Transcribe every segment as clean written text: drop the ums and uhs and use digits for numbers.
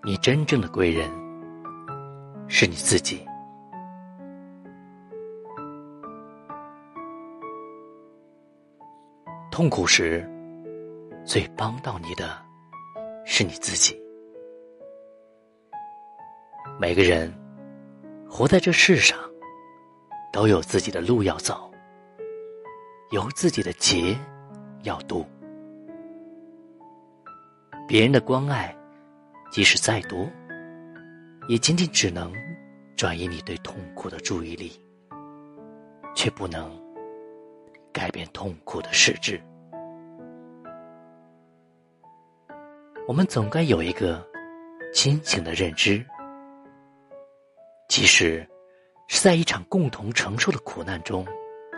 你真正的贵人是你自己。痛苦时，最帮到你的是你自己。每个人活在这世上，都有自己的路要走，有自己的劫要渡。别人的关爱即使再多，也仅仅只能转移你对痛苦的注意力，却不能改变痛苦的实质。我们总该有一个清醒的认知，即使是在一场共同承受的苦难中，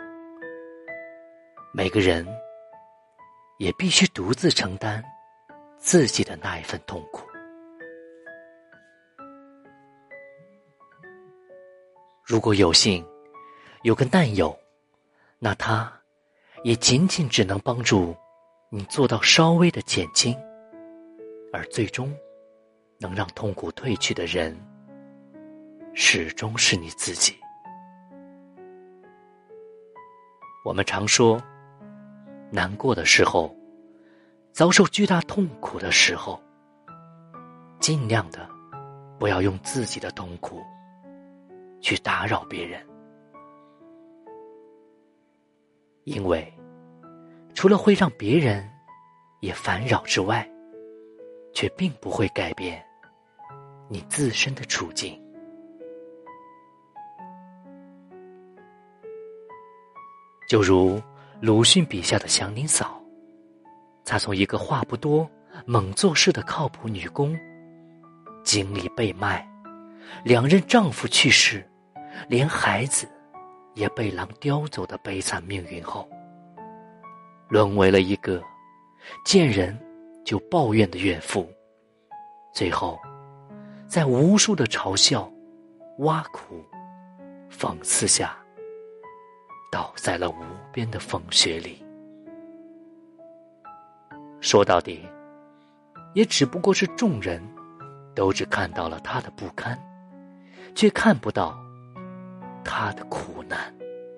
每个人也必须独自承担自己的那一份痛苦。如果有幸有个难友，那他也仅仅只能帮助你做到稍微的减轻，而最终能让痛苦退去的人，始终是你自己。我们常说，难过的时候，遭受巨大痛苦的时候，尽量的不要用自己的痛苦去打扰别人，因为除了会让别人也烦扰之外，却并不会改变你自身的处境。就如鲁迅笔下的祥林嫂，她从一个话不多、猛做事的靠谱女工，经历被卖，两任丈夫去世，连孩子也被狼叼走的悲惨命运后，沦为了一个见人就抱怨的怨妇，最后在无数的嘲笑、挖苦、讽刺下，倒在了无边的风雪里。说到底，也只不过是众人都只看到了他的不堪，却看不到他的苦难。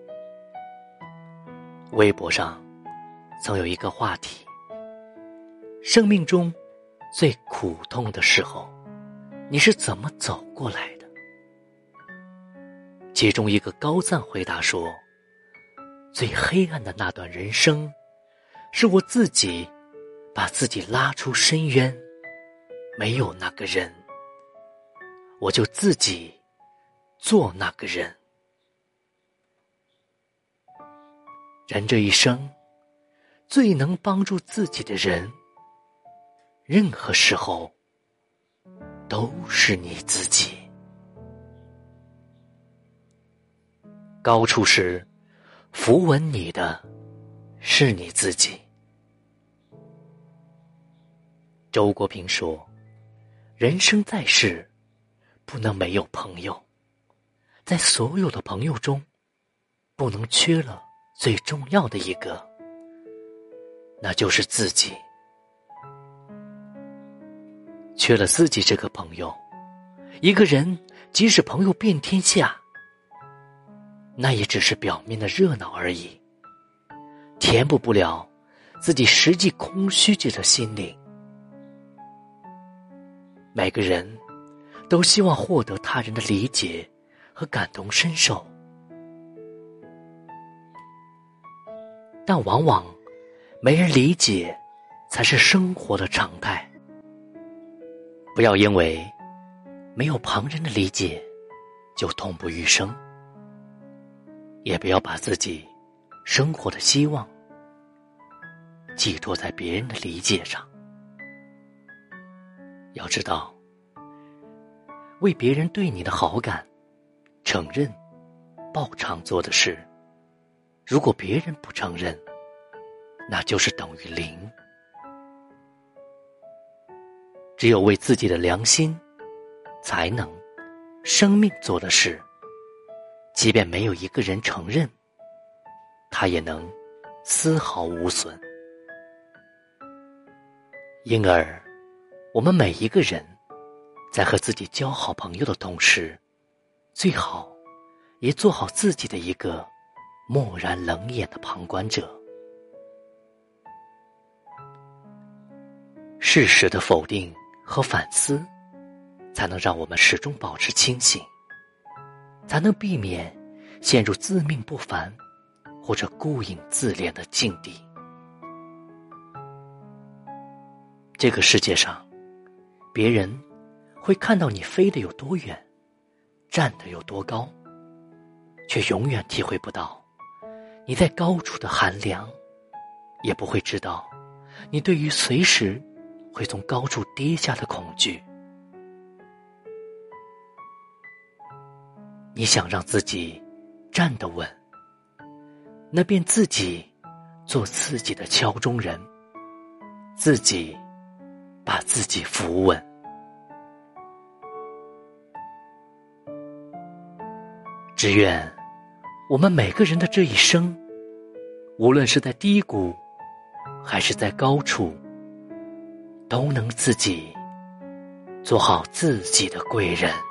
微博上曾有一个话题：生命中最苦痛的时候，你是怎么走过来的？其中一个高赞回答说，最黑暗的那段人生，是我自己把自己拉出深渊，没有那个人，我就自己做那个人。人这一生，最能帮助自己的人，任何时候都是你自己。高处时，扶稳你的是你自己。周国平说，人生在世，不能没有朋友，在所有的朋友中，不能缺了最重要的一个，那就是自己。缺了自己这个朋友，一个人即使朋友遍天下，那也只是表面的热闹而已，填补不了自己实际空虚着的心灵。每个人都希望获得他人的理解和感同身受，但往往没人理解才是生活的常态。不要因为没有旁人的理解就痛不欲生，也不要把自己生活的希望寄托在别人的理解上。要知道，为别人对你的好感承认报偿做的事，如果别人不承认，那就是等于零。只有为自己的良心、才能、生命做的事，即便没有一个人承认，他也能丝毫无损。因而我们每一个人在和自己交好朋友的同时，最好也做好自己的一个漠然冷眼的旁观者。适时的否定和反思，才能让我们始终保持清醒，才能避免陷入自命不凡或者顾影自怜的境地。这个世界上，别人会看到你飞得有多远，站得有多高，却永远体会不到你在高处的寒凉，也不会知道你对于随时会从高处跌下的恐惧。你想让自己站得稳，那便自己做自己的桥中人，自己把自己扶稳。只愿我们每个人的这一生，无论是在低谷还是在高处，都能自己做好自己的贵人。